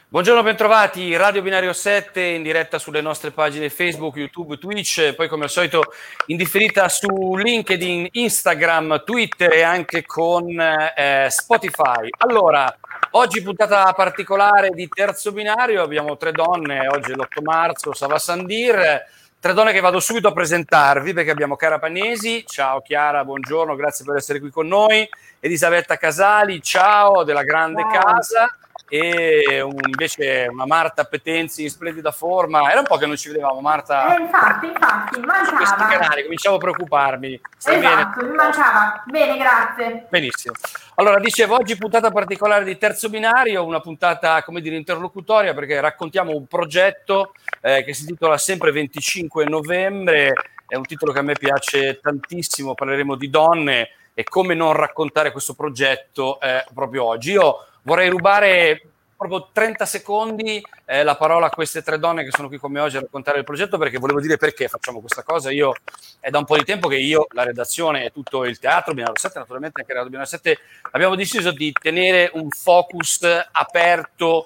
Buongiorno, bentrovati, Radio Binario 7 in diretta sulle nostre pagine Facebook, YouTube, Twitch, poi come al solito in differita su LinkedIn, Instagram, Twitter e anche con Spotify. Allora, oggi puntata particolare di Terzo Binario, abbiamo tre donne, oggi è l'8 marzo, Sava Sandir, tre donne che vado subito a presentarvi perché abbiamo Chiara Pagnesi, ciao Chiara, buongiorno, grazie per essere qui con noi, Elisabetta Casali, ciao, della grande casa, e invece una Marta Petenzi in splendida forma. Era un po' che non ci vedevamo, Marta. Infatti, Su questi mancava. canali cominciavo a preoccuparmi. Stai Esatto, bene? mi mancava. Bene, grazie. Benissimo. Allora, dicevo, oggi puntata particolare di Terzo Binario, una puntata, come dire, interlocutoria, perché raccontiamo un progetto che si intitola Sempre 25 novembre, è un titolo che a me piace tantissimo, parleremo di donne e come non raccontare questo progetto proprio oggi. Io vorrei rubare proprio 30 secondi la parola a queste tre donne che sono qui con me oggi a raccontare il progetto, perché volevo dire perché facciamo questa cosa. Io è da un po' di tempo che io, la redazione e tutto il teatro Binario 7, naturalmente anche Radio Binario 7, abbiamo deciso di tenere un focus aperto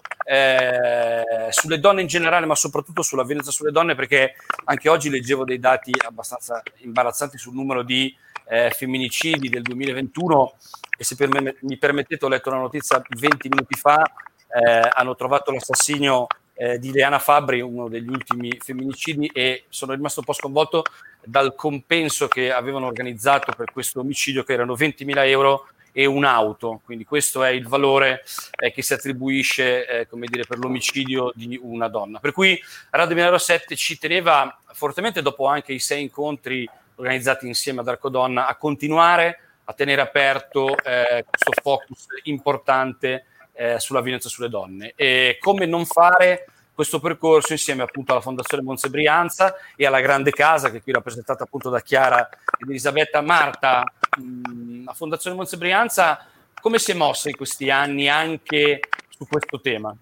sulle donne in generale, ma soprattutto sulla violenza sulle donne, perché anche oggi leggevo dei dati abbastanza imbarazzanti sul numero di femminicidi del 2021 e se mi permettete ho letto una notizia 20 minuti fa, hanno trovato l'assassinio di Leana Fabbri, uno degli ultimi femminicidi, e sono rimasto un po' sconvolto dal compenso che avevano organizzato per questo omicidio, che erano 20.000 euro e un'auto, quindi questo è il valore che si attribuisce come dire, per l'omicidio di una donna. Per cui Radio Binario 7 ci teneva fortemente, dopo anche i 6 incontri organizzati insieme ad Arcodonna, a continuare a tenere aperto questo focus importante sulla violenza sulle donne. E come non fare questo percorso insieme appunto alla Fondazione Monse Brianza e alla Grande Casa, che è qui rappresentata appunto da Chiara ed Elisabetta. Marta, la Fondazione Monse Brianza come si è mossa in questi anni anche su questo tema?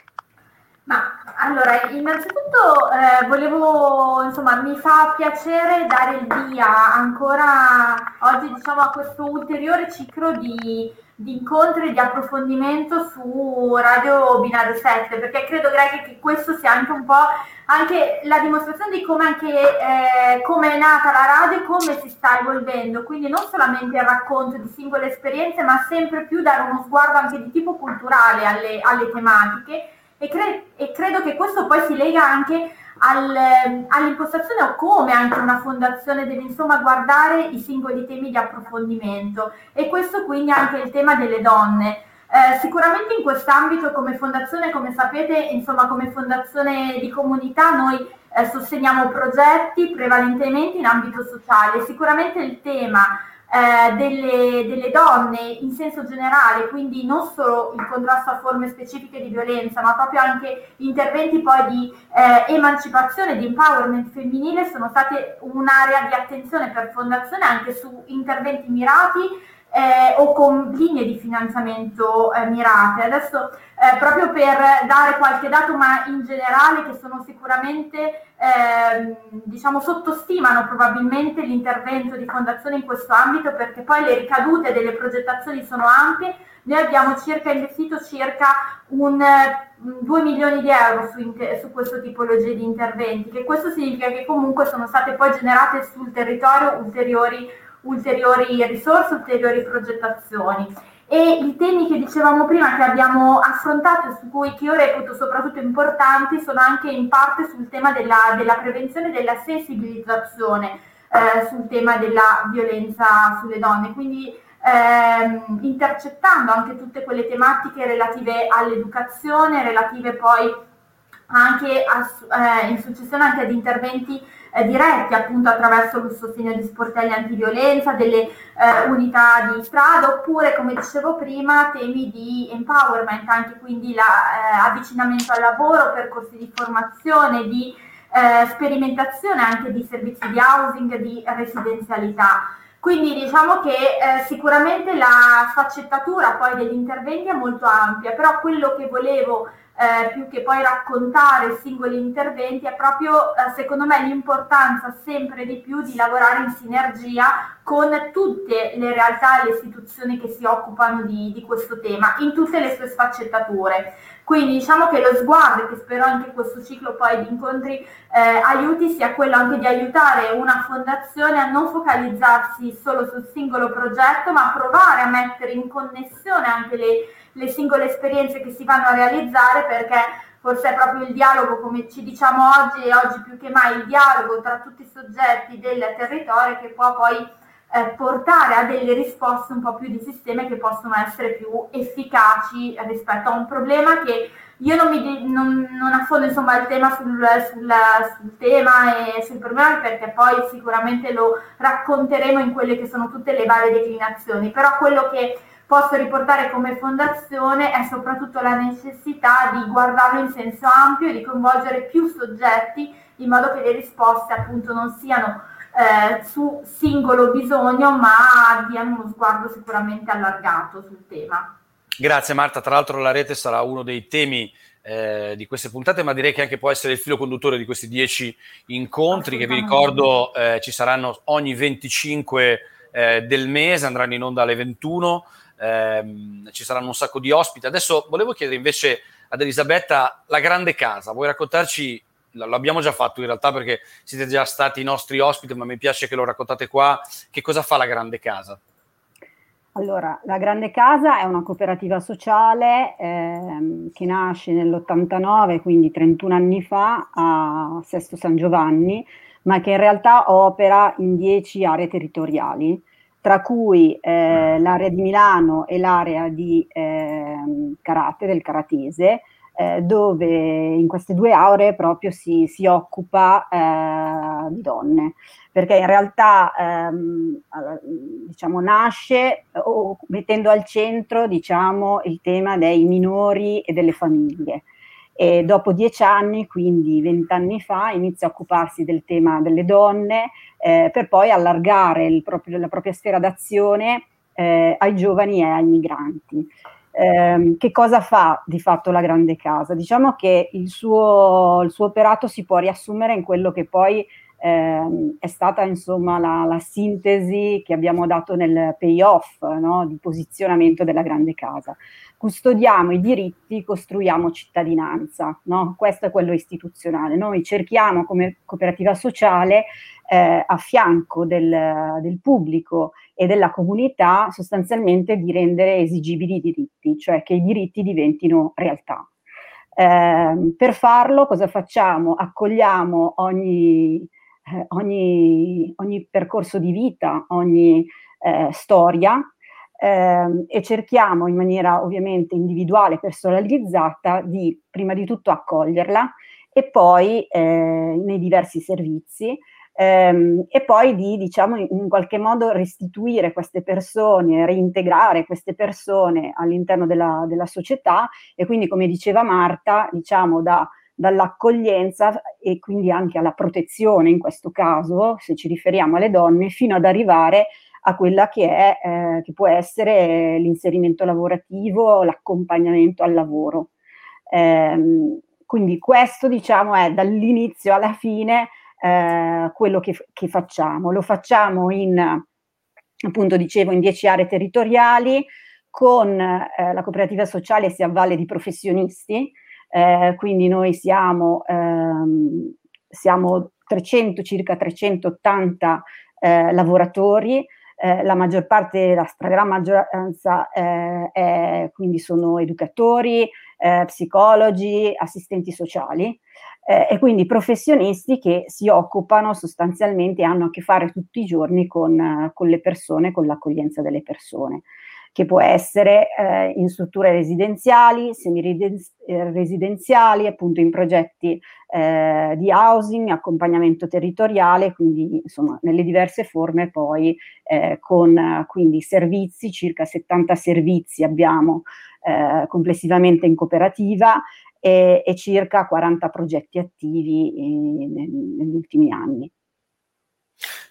Ma allora, innanzitutto volevo, insomma, mi fa piacere dare il via ancora oggi, diciamo, a questo ulteriore ciclo di incontri, di approfondimento su Radio Binario 7, perché credo, Greg, che questo sia anche un po' anche la dimostrazione di come come è nata la radio e come si sta evolvendo, quindi non solamente il racconto di singole esperienze, ma sempre più dare uno sguardo anche di tipo culturale alle tematiche. E credo che questo poi si lega anche all'impostazione o come anche una fondazione deve insomma guardare i singoli temi di approfondimento, e questo quindi anche il tema delle donne. Sicuramente in quest'ambito come fondazione, come sapete, insomma come fondazione di comunità noi sosteniamo progetti prevalentemente in ambito sociale. Sicuramente il tema delle donne in senso generale, quindi non solo il contrasto a forme specifiche di violenza, ma proprio anche interventi poi di emancipazione, di empowerment femminile, sono state un'area di attenzione per fondazione anche su interventi mirati o con linee di finanziamento mirate. Adesso proprio per dare qualche dato, ma in generale, che sono sicuramente diciamo sottostimano probabilmente l'intervento di fondazione in questo ambito, perché poi le ricadute delle progettazioni sono ampie. Noi abbiamo investito circa 2 milioni di euro su questo tipologia di interventi, che questo significa che comunque sono state poi generate sul territorio ulteriori risorse, ulteriori progettazioni. E i temi che dicevamo prima, che abbiamo affrontato, su cui che io reputo soprattutto importanti, sono anche in parte sul tema della prevenzione e della sensibilizzazione sul tema della violenza sulle donne, quindi intercettando anche tutte quelle tematiche relative all'educazione, relative poi anche in successione anche ad interventi diretti appunto attraverso il sostegno di sportelli antiviolenza, delle unità di strada, oppure come dicevo prima temi di empowerment, anche quindi l'avvicinamento al lavoro, percorsi di formazione, di sperimentazione anche di servizi di housing, di residenzialità. Quindi diciamo che sicuramente la sfaccettatura poi degli interventi è molto ampia, però quello che volevo più che poi raccontare singoli interventi, è proprio secondo me l'importanza sempre di più di lavorare in sinergia con tutte le realtà e le istituzioni che si occupano di questo tema, in tutte le sue sfaccettature. Quindi diciamo che lo sguardo, che spero anche questo ciclo poi di incontri aiuti, sia quello anche di aiutare una fondazione a non focalizzarsi solo sul singolo progetto, ma a provare a mettere in connessione anche le singole esperienze che si vanno a realizzare, perché forse è proprio il dialogo, come ci diciamo oggi, e oggi più che mai il dialogo tra tutti i soggetti del territorio che può poi portare a delle risposte un po' più di sistema che possono essere più efficaci rispetto a un problema che io non affondo insomma il tema sul tema e sul problema, perché poi sicuramente lo racconteremo in quelle che sono tutte le varie declinazioni, però quello che posso riportare come fondazione è soprattutto la necessità di guardarlo in senso ampio e di coinvolgere più soggetti, in modo che le risposte appunto non siano su singolo bisogno, ma diano uno sguardo sicuramente allargato sul tema. Grazie Marta, tra l'altro la rete sarà uno dei temi di queste puntate, ma direi che anche può essere il filo conduttore di questi 10 incontri che vi ricordo ci saranno ogni 25 del mese, andranno in onda alle 21, ci saranno un sacco di ospiti. Adesso volevo chiedere invece ad Elisabetta la grande casa, vuoi raccontarci? L'abbiamo già fatto in realtà perché siete già stati i nostri ospiti, ma mi piace che lo raccontate qua. Che cosa fa la grande casa? Allora, la Grande Casa è una cooperativa sociale che nasce nell'89, quindi 31 anni fa, a Sesto San Giovanni, ma che in realtà opera in 10 aree territoriali, tra cui l'area di Milano e l'area di Carate, del Caratese, dove in queste 2 aree proprio si occupa di donne, perché in realtà diciamo nasce mettendo al centro, diciamo, il tema dei minori e delle famiglie, e dopo 10 anni, quindi 20 anni fa, inizia a occuparsi del tema delle donne, per poi allargare la propria sfera d'azione ai giovani e ai migranti. Che cosa fa di fatto la Grande Casa? Diciamo che il suo operato si può riassumere in quello che poi è stata insomma la sintesi che abbiamo dato nel payoff, no? Di posizionamento della Grande Casa. Custodiamo i diritti, costruiamo cittadinanza, no? Questo è quello istituzionale. Noi cerchiamo come cooperativa sociale a fianco del pubblico e della comunità sostanzialmente di rendere esigibili i diritti, cioè che i diritti diventino realtà. Per farlo cosa facciamo? Accogliamo ogni percorso di vita, ogni storia, e cerchiamo in maniera ovviamente individuale, personalizzata, di prima di tutto accoglierla e poi nei diversi servizi, e poi di, diciamo, in qualche modo restituire queste persone, reintegrare queste persone all'interno della società, e quindi, come diceva Marta, diciamo dall'accoglienza e quindi anche alla protezione, in questo caso, se ci riferiamo alle donne, fino ad arrivare a quella che può essere l'inserimento lavorativo, l'accompagnamento al lavoro. Quindi questo, diciamo, è dall'inizio alla fine quello che facciamo. Lo facciamo appunto dicevo, in 10 aree territoriali. Con la cooperativa sociale si avvale di professionisti, quindi noi siamo 300, circa 380 lavoratori, la maggior parte, la stragrande maggioranza quindi sono educatori, psicologi, assistenti sociali, e quindi professionisti che si occupano sostanzialmente, hanno a che fare tutti i giorni con le persone, con l'accoglienza delle persone, che può essere in strutture residenziali, semi-residenziali, appunto in progetti di housing, accompagnamento territoriale, quindi insomma nelle diverse forme, poi con quindi servizi, circa 70 servizi abbiamo complessivamente in cooperativa, e circa 40 progetti attivi negli ultimi anni.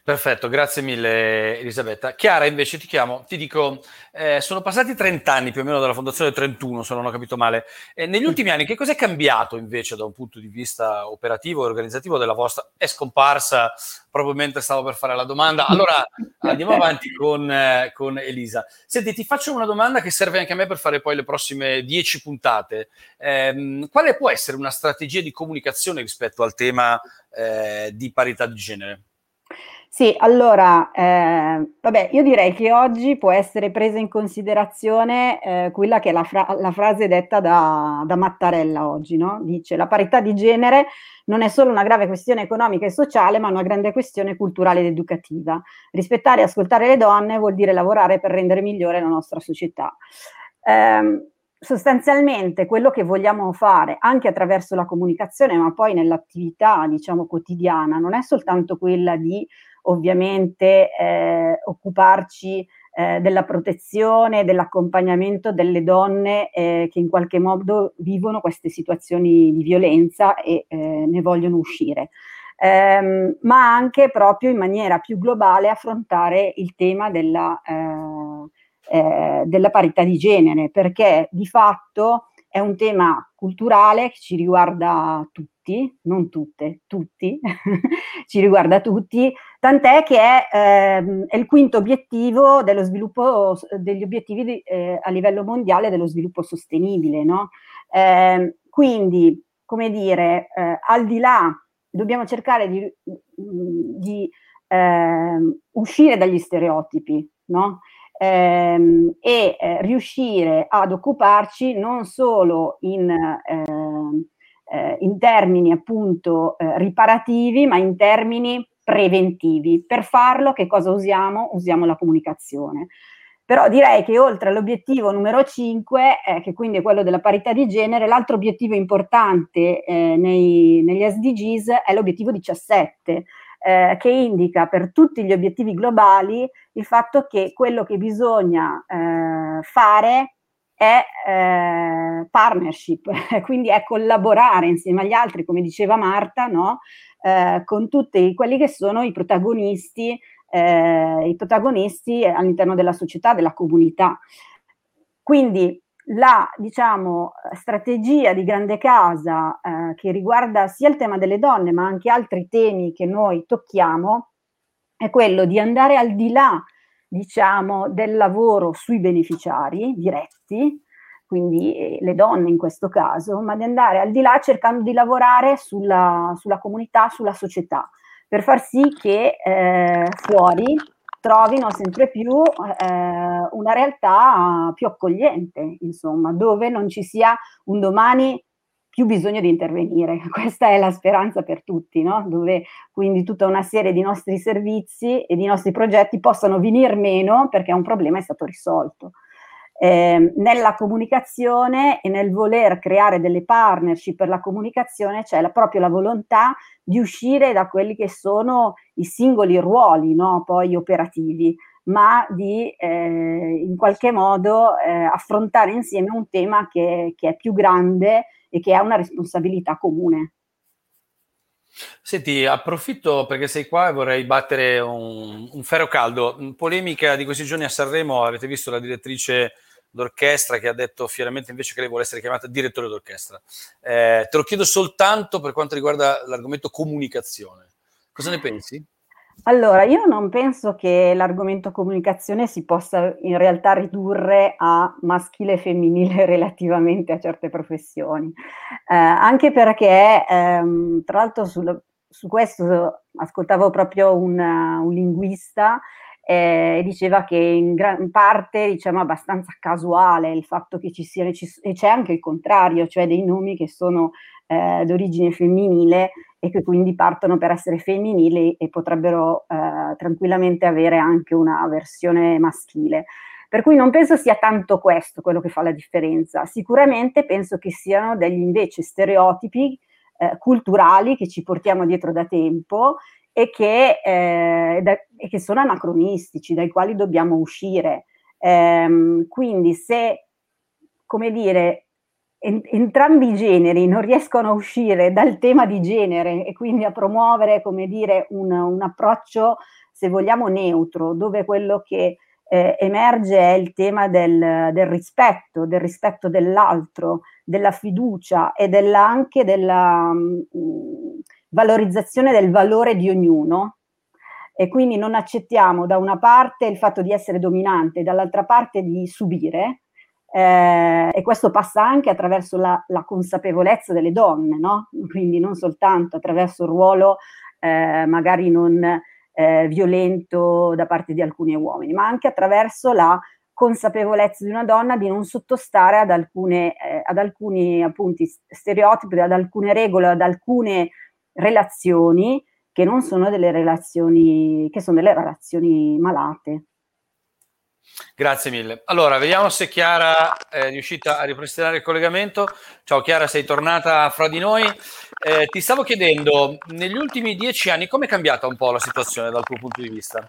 Perfetto, grazie mille Elisabetta. Chiara, invece ti chiamo, ti dico, sono passati 30 anni più o meno dalla fondazione, 31 se non ho capito male. Negli ultimi anni che cosa è cambiato invece da un punto di vista operativo e organizzativo della vostra? È scomparsa proprio mentre stavo per fare la domanda. Allora andiamo avanti con Elisa. Senti, ti faccio una domanda che serve anche a me per fare poi le prossime 10 puntate. Quale può essere una strategia di comunicazione rispetto al tema di parità di genere? Sì, allora, vabbè, io direi che oggi può essere presa in considerazione quella che è la frase detta da Mattarella oggi, no? Dice: la parità di genere non è solo una grave questione economica e sociale, ma una grande questione culturale ed educativa. Rispettare e ascoltare le donne vuol dire lavorare per rendere migliore la nostra società. Sostanzialmente quello che vogliamo fare anche attraverso la comunicazione, ma poi nell'attività, diciamo, quotidiana, non è soltanto quella di ovviamente occuparci della protezione, dell'accompagnamento delle donne che in qualche modo vivono queste situazioni di violenza e ne vogliono uscire. Ma anche proprio in maniera più globale affrontare il tema della parità di genere, perché di fatto è un tema culturale che ci riguarda tutti, non tutte, tutti, ci riguarda tutti, tant'è che è il quinto obiettivo dello sviluppo, degli obiettivi a livello mondiale dello sviluppo sostenibile, no? Quindi, come dire, al di là, dobbiamo cercare di uscire dagli stereotipi, no? Riuscire ad occuparci non solo in termini appunto riparativi, ma in termini preventivi. Per farlo che cosa usiamo? Usiamo la comunicazione. Però direi che oltre all'obiettivo numero 5, che quindi è quello della parità di genere, l'altro obiettivo importante negli SDGs è l'obiettivo 17, che indica per tutti gli obiettivi globali il fatto che quello che bisogna fare è partnership, quindi è collaborare insieme agli altri, come diceva Marta, no? Con tutti quelli che sono i protagonisti all'interno della società, della comunità. Quindi la, diciamo, strategia di Grande Casa che riguarda sia il tema delle donne ma anche altri temi che noi tocchiamo è quello di andare al di là, diciamo, del lavoro sui beneficiari diretti, quindi le donne in questo caso, ma di andare al di là cercando di lavorare sulla comunità, sulla società, per far sì che fuori trovino sempre più una realtà più accogliente, insomma, dove non ci sia un domani più bisogno di intervenire. Questa è la speranza per tutti, no? Dove quindi tutta una serie di nostri servizi e di nostri progetti possano venir meno perché un problema è stato risolto. Nella comunicazione e nel voler creare delle partnership per la comunicazione c'è proprio la volontà di uscire da quelli che sono i singoli ruoli, no? Poi operativi, ma di in qualche modo affrontare insieme un tema che è più grande e che ha una responsabilità comune. Senti, approfitto perché sei qua e vorrei battere un ferro caldo. Polemica di questi giorni a Sanremo, avete visto la direttrice d'orchestra che ha detto fieramente invece che lei vuole essere chiamata direttore d'orchestra. Te lo chiedo soltanto per quanto riguarda l'argomento comunicazione. Cosa ne pensi? Allora, io non penso che l'argomento comunicazione si possa in realtà ridurre a maschile e femminile relativamente a certe professioni, anche perché, tra l'altro su questo ascoltavo proprio un linguista e diceva che in gran parte, diciamo, abbastanza casuale il fatto che ci siano, e c'è anche il contrario, cioè dei nomi che sono d'origine femminile e che quindi partono per essere femminili e potrebbero tranquillamente avere anche una versione maschile. Per cui non penso sia tanto questo quello che fa la differenza. Sicuramente penso che siano degli invece stereotipi culturali che ci portiamo dietro da tempo e che sono anacronistici, dai quali dobbiamo uscire. Quindi se, come dire, entrambi i generi non riescono a uscire dal tema di genere e quindi a promuovere, come dire, un approccio se vogliamo, neutro, dove quello che emerge è il tema del rispetto dell'altro, della fiducia e anche della valorizzazione del valore di ognuno. E quindi non accettiamo da una parte il fatto di essere dominante, dall'altra parte di subire, e questo passa anche attraverso la consapevolezza delle donne, no? Quindi non soltanto attraverso il ruolo magari non violento da parte di alcuni uomini, ma anche attraverso la consapevolezza di una donna di non sottostare ad alcuni appunti stereotipi, ad alcune regole, ad alcune relazioni che non sono delle relazioni, che sono delle relazioni malate. Grazie mille. Allora, vediamo se Chiara è riuscita a ripristinare il collegamento. Ciao Chiara, sei tornata fra di noi. Ti stavo chiedendo, negli ultimi 10 anni, come è cambiata un po' la situazione dal tuo punto di vista?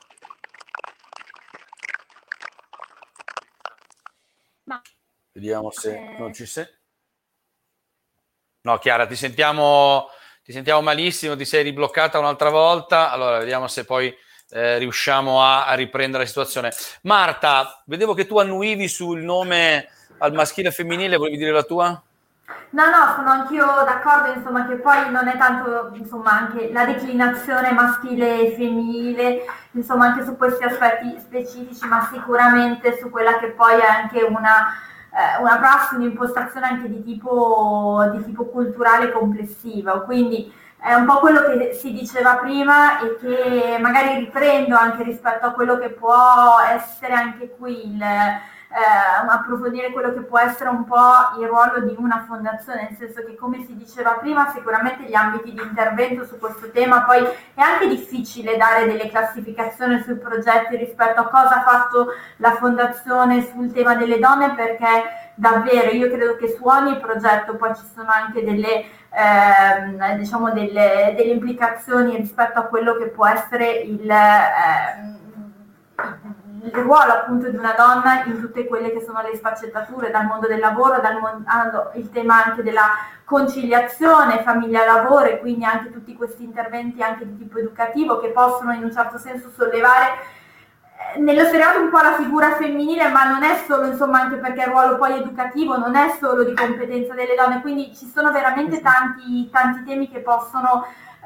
Vediamo se non ci sei. No, Chiara, ti sentiamo malissimo, ti sei ribloccata un'altra volta. Allora, vediamo se poi riusciamo a riprendere la situazione. Marta, vedevo che tu annuivi sul nome al maschile e femminile, volevi dire la tua? No, sono anch'io d'accordo, insomma, che poi non è tanto, insomma, anche la declinazione maschile e femminile, insomma, anche su questi aspetti specifici, ma sicuramente su quella che poi è anche una prassi, un'impostazione anche di tipo culturale complessiva. Quindi è un po' quello che si diceva prima e che magari riprendo anche rispetto a quello che può essere anche qui approfondire quello che può essere un po' il ruolo di una fondazione, nel senso che, come si diceva prima, sicuramente gli ambiti di intervento su questo tema, poi è anche difficile dare delle classificazioni sui progetti rispetto a cosa ha fatto la fondazione sul tema delle donne, perché davvero io credo che su ogni progetto poi ci sono anche delle implicazioni rispetto a quello che può essere il ruolo appunto di una donna in tutte quelle che sono le sfaccettature, dal mondo del lavoro, il tema anche della conciliazione famiglia-lavoro, e quindi anche tutti questi interventi anche di tipo educativo che possono in un certo senso sollevare nello stereotipo un po' la figura femminile, ma non è solo, insomma, anche perché il ruolo poi educativo non è solo di competenza delle donne, quindi ci sono veramente tanti temi che possono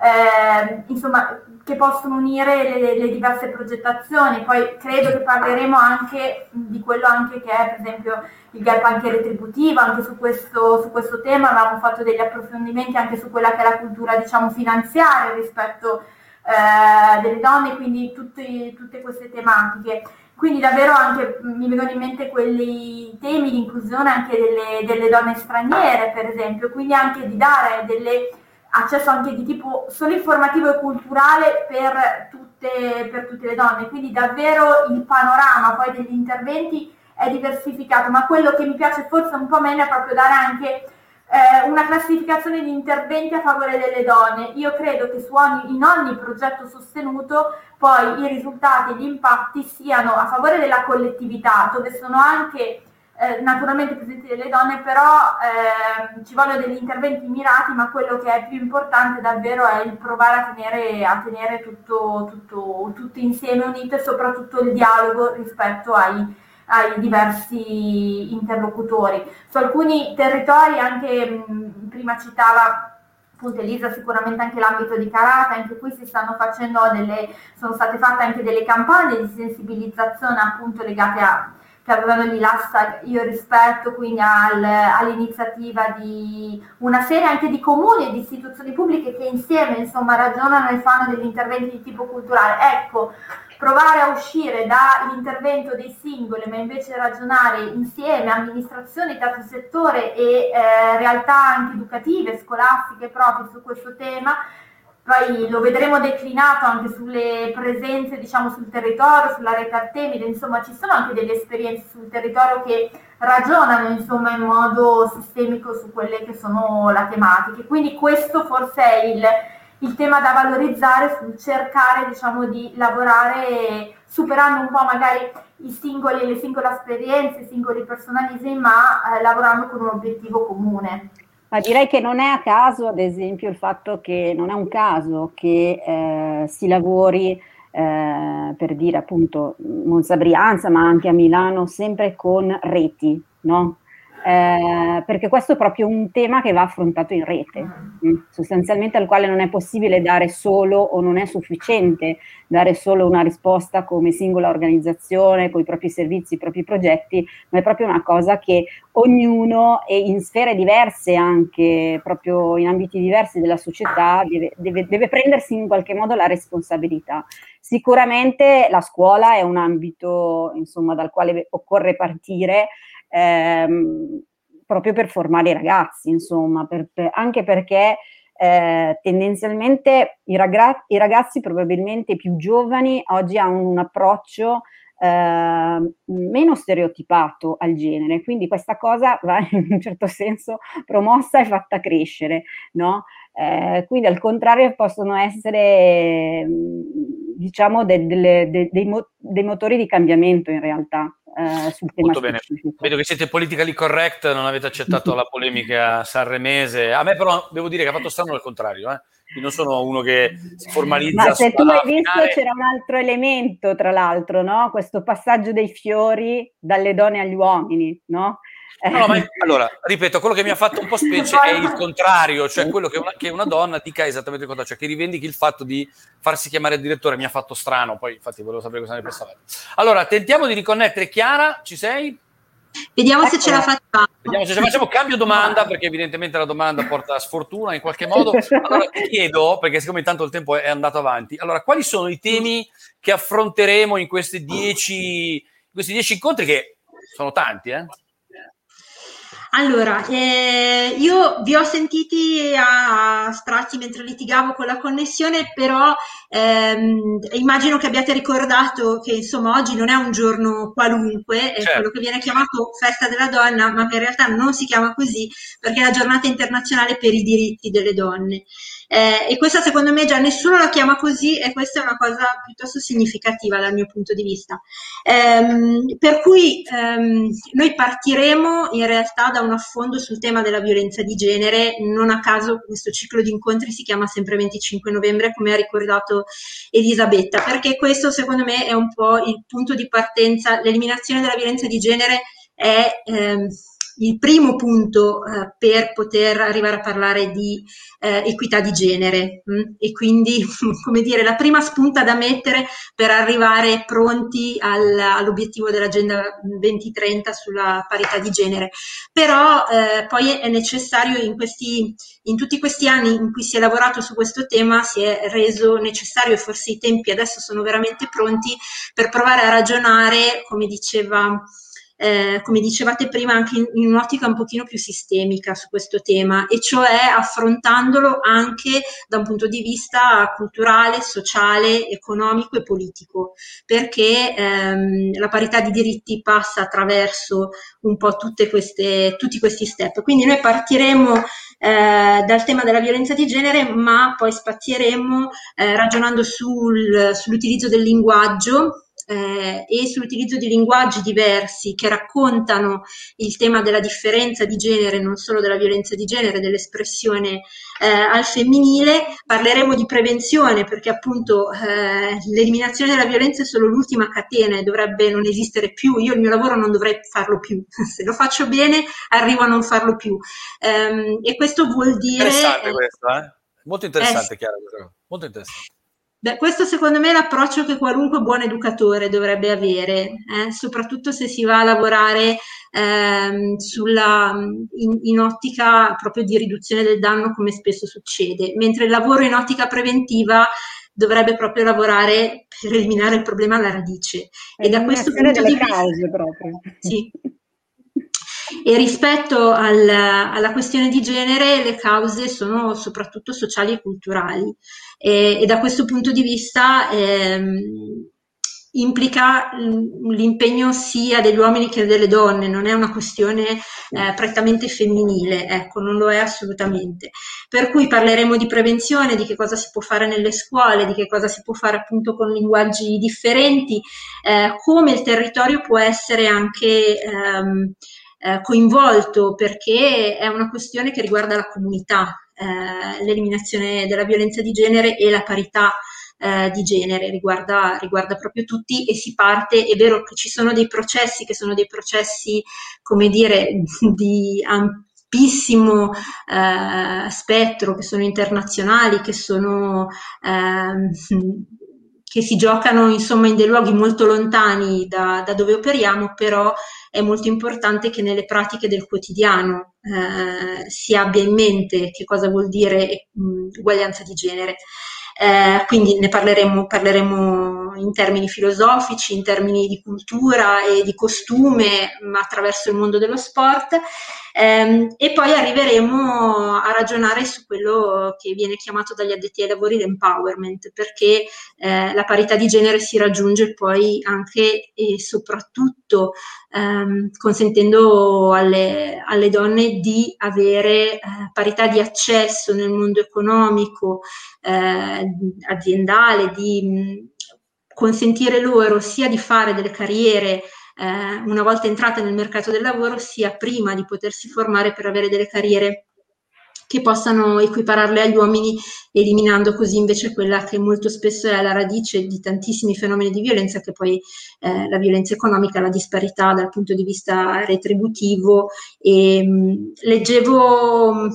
che possono unire le diverse progettazioni. Poi credo che parleremo anche di quello anche che è, per esempio, il gap anche retributivo. Anche su questo tema avevamo fatto degli approfondimenti anche su quella che è la cultura, diciamo, finanziaria rispetto delle donne, quindi tutte queste tematiche. Quindi davvero anche mi vengono in mente quelli temi di inclusione anche delle donne straniere, per esempio, quindi anche di dare accesso anche di tipo solo informativo e culturale per tutte le donne. Quindi davvero il panorama poi degli interventi è diversificato, ma quello che mi piace forse un po' meno è proprio dare anche una classificazione di interventi a favore delle donne. Io credo che in ogni progetto sostenuto poi i risultati e gli impatti siano a favore della collettività, dove sono anche naturalmente presenti delle donne, però ci vogliono degli interventi mirati, ma quello che è più importante davvero è il provare a tenere tutto insieme unito, e soprattutto il dialogo rispetto ai diversi interlocutori. Su alcuni territori, anche prima citava appunto Elisa sicuramente anche l'ambito di Carata, anche qui sono state fatte anche delle campagne di sensibilizzazione appunto legate che avevano l'hashtag Io Rispetto, quindi all'iniziativa di una serie anche di comuni e di istituzioni pubbliche che insieme, insomma, ragionano e fanno degli interventi di tipo culturale. Ecco, provare a uscire dall'intervento dei singoli, ma invece ragionare insieme, amministrazioni, terzo settore e realtà anche educative, scolastiche proprio su questo tema. Poi lo vedremo declinato anche sulle presenze, diciamo, sul territorio, sulla rete Artemide. Insomma, ci sono anche delle esperienze sul territorio che ragionano, insomma, in modo sistemico su quelle che sono le tematiche. Quindi questo forse è il tema da valorizzare, sul cercare, diciamo, di lavorare superando un po' magari le singole esperienze, i singoli personalismi, ma lavorando con un obiettivo comune. Ma direi che non è a caso, ad esempio, il fatto che non è un caso che si lavori per dire appunto Monza Brianza, ma anche a Milano, sempre con reti, no? Perché questo è proprio un tema che va affrontato in rete, sostanzialmente al quale non è possibile dare solo, o non è sufficiente dare solo una risposta come singola organizzazione, con i propri servizi, i propri progetti, ma è proprio una cosa che ognuno, e in sfere diverse anche, proprio in ambiti diversi della società, deve prendersi in qualche modo la responsabilità. Sicuramente la scuola è un ambito, insomma, dal quale occorre partire, proprio per formare i ragazzi, insomma, anche perché tendenzialmente i ragazzi probabilmente più giovani oggi hanno un approccio meno stereotipato al genere, quindi questa cosa va in un certo senso promossa e fatta crescere, no? Quindi al contrario possono essere diciamo dei motori di cambiamento in realtà sul tema Molto bene. specifico. Vedo che siete politically correct, non avete accettato la polemica sanremese. A me però devo dire che ha fatto strano al contrario, Io non sono uno che si formalizza. Ma se tu hai visto finale... c'era un altro elemento, tra l'altro, no? Questo passaggio dei fiori dalle donne agli uomini, no? No, ma allora, ripeto, quello che mi ha fatto un po' specie è il contrario, cioè quello che una donna dica esattamente il contrario, cioè che rivendichi il fatto di farsi chiamare direttore, mi ha fatto strano, poi infatti volevo sapere cosa ne pensavate. Allora, tentiamo di riconnettere. Chiara, ci sei? Vediamo se ce la facciamo. Vediamo se ce la facciamo. Cambio domanda, perché evidentemente la domanda porta sfortuna in qualche modo. Allora ti chiedo, perché siccome intanto il tempo è andato avanti, allora quali sono i temi che affronteremo in questi 10 incontri, che sono tanti, Allora, io vi ho sentiti a sprazzi mentre litigavo con la connessione, però immagino che abbiate ricordato che insomma oggi non è un giorno qualunque, è quello che viene chiamato Festa della Donna, ma che in realtà non si chiama così perché è la giornata internazionale per i diritti delle donne. E questa secondo me già nessuno la chiama così, e questa è una cosa piuttosto significativa dal mio punto di vista. Per cui noi partiremo in realtà da un affondo sul tema della violenza di genere. Non a caso questo ciclo di incontri si chiama sempre 25 novembre, come ha ricordato Elisabetta, perché questo secondo me è un po' il punto di partenza. L'eliminazione della violenza di genere è il primo punto per poter arrivare a parlare di equità di genere, e quindi come dire la prima spunta da mettere per arrivare pronti all'obiettivo dell'Agenda 2030 sulla parità di genere. Però poi è necessario in tutti questi anni in cui si è lavorato su questo tema, si è reso necessario, e forse i tempi adesso sono veramente pronti per provare a ragionare, come dicevate prima, anche in un'ottica un pochino più sistemica su questo tema, e cioè affrontandolo anche da un punto di vista culturale, sociale, economico e politico, perché la parità di diritti passa attraverso un po' tutti questi step. Quindi noi partiremo dal tema della violenza di genere, ma poi spazieremo ragionando sull'utilizzo del linguaggio, e sull'utilizzo di linguaggi diversi che raccontano il tema della differenza di genere, non solo della violenza di genere, dell'espressione al femminile. Parleremo di prevenzione, perché appunto l'eliminazione della violenza è solo l'ultima catena e dovrebbe non esistere più. Io il mio lavoro non dovrei farlo più, se lo faccio bene arrivo a non farlo più, e questo vuol dire interessante questo, molto interessante, Chiara, molto interessante. Beh, questo secondo me è l'approccio che qualunque buon educatore dovrebbe avere, soprattutto se si va a lavorare in ottica proprio di riduzione del danno, come spesso succede, mentre il lavoro in ottica preventiva dovrebbe proprio lavorare per eliminare il problema alla radice. E da questo punto di vista, cause proprio. Sì. E rispetto alla questione di genere, le cause sono soprattutto sociali e culturali, e da questo punto di vista implica l'impegno sia degli uomini che delle donne, non è una questione prettamente femminile, ecco, non lo è assolutamente. Per cui parleremo di prevenzione, di che cosa si può fare nelle scuole, di che cosa si può fare appunto con linguaggi differenti, come il territorio può essere anche coinvolto, perché è una questione che riguarda la comunità, l'eliminazione della violenza di genere e la parità di genere, riguarda proprio tutti, e si parte, è vero che ci sono dei processi che sono dei processi, come dire, di ampissimo spettro, che sono internazionali, che sono che si giocano insomma in dei luoghi molto lontani da dove operiamo, però è molto importante che nelle pratiche del quotidiano si abbia in mente che cosa vuol dire uguaglianza di genere. Quindi ne parleremo in termini filosofici, in termini di cultura e di costume, ma attraverso il mondo dello sport. E poi arriveremo a ragionare su quello che viene chiamato dagli addetti ai lavori l'empowerment, perché la parità di genere si raggiunge poi anche e soprattutto consentendo alle donne di avere parità di accesso nel mondo economico, aziendale, di consentire loro sia di fare delle carriere una volta entrate nel mercato del lavoro, sia prima di potersi formare per avere delle carriere che possano equipararle agli uomini, eliminando così invece quella che molto spesso è alla radice di tantissimi fenomeni di violenza, che poi la violenza economica, la disparità dal punto di vista retributivo. E leggevo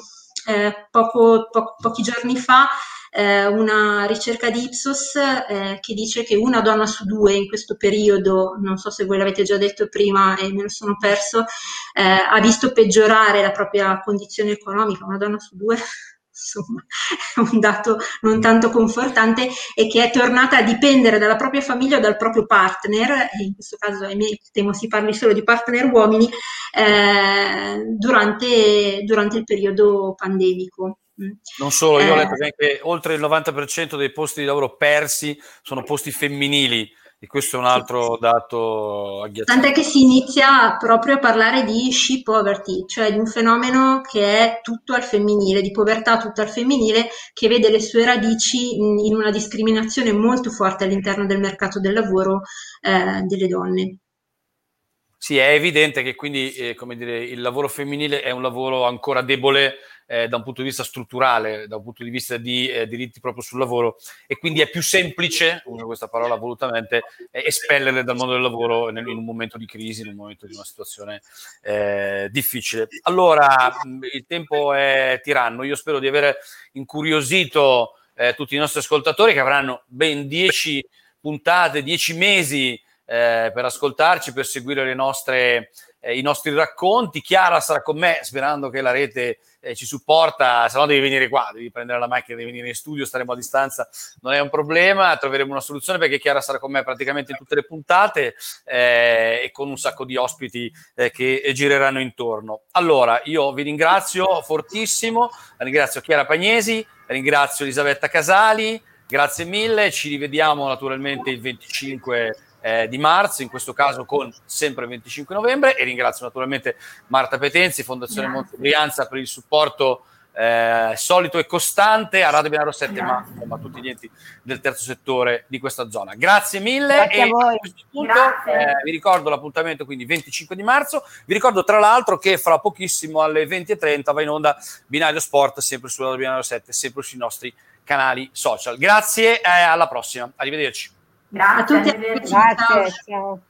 pochi giorni fa una ricerca di Ipsos che dice che una donna su due in questo periodo, non so se voi l'avete già detto prima e me lo sono perso, ha visto peggiorare la propria condizione economica, una donna su due. Insomma, è un dato non tanto confortante, e che è tornata a dipendere dalla propria famiglia o dal proprio partner, e in questo caso temo si parli solo di partner uomini, durante il periodo pandemico. Non solo, io ho letto che anche oltre il 90% dei posti di lavoro persi sono posti femminili, e questo è un altro dato agghiacciante. Tant'è che si inizia proprio a parlare di she poverty, cioè di un fenomeno che è tutto al femminile, di povertà tutto al femminile, che vede le sue radici in una discriminazione molto forte all'interno del mercato del lavoro delle donne. Sì, è evidente che quindi come dire, il lavoro femminile è un lavoro ancora debole da un punto di vista strutturale, da un punto di vista di diritti proprio sul lavoro, e quindi è più semplice, uso questa parola volutamente, espellerle dal mondo del lavoro in un momento di crisi, in un momento di una situazione difficile. Allora, il tempo è tiranno, io spero di aver incuriosito tutti i nostri ascoltatori, che avranno ben 10 puntate, 10 mesi per ascoltarci, per seguire i nostri racconti. Chiara sarà con me, sperando che la rete ci supporta, se no devi venire qua, devi prendere la macchina, devi venire in studio, staremo a distanza, non è un problema, troveremo una soluzione, perché Chiara sarà con me praticamente in tutte le puntate e con un sacco di ospiti che gireranno intorno. Allora, io vi ringrazio fortissimo, ringrazio Chiara Pagnesi, ringrazio Elisabetta Casali, grazie mille, ci rivediamo naturalmente il 25 di marzo, in questo caso con sempre il 25 novembre, e ringrazio naturalmente Marta Petenzi, Fondazione Monte Brianza, per il supporto solito e costante a Radio Binaro 7, ma insomma a tutti gli enti del terzo settore di questa zona. Grazie mille. Grazie a voi. A questo punto vi ricordo l'appuntamento, quindi 25 di marzo. Vi ricordo tra l'altro che fra pochissimo alle 20:30 va in onda Binario Sport, sempre su Radio Binaro 7, sempre sui nostri canali social. Grazie e alla prossima. Arrivederci. Grazie a tutti. arrivederci. Grazie, ciao.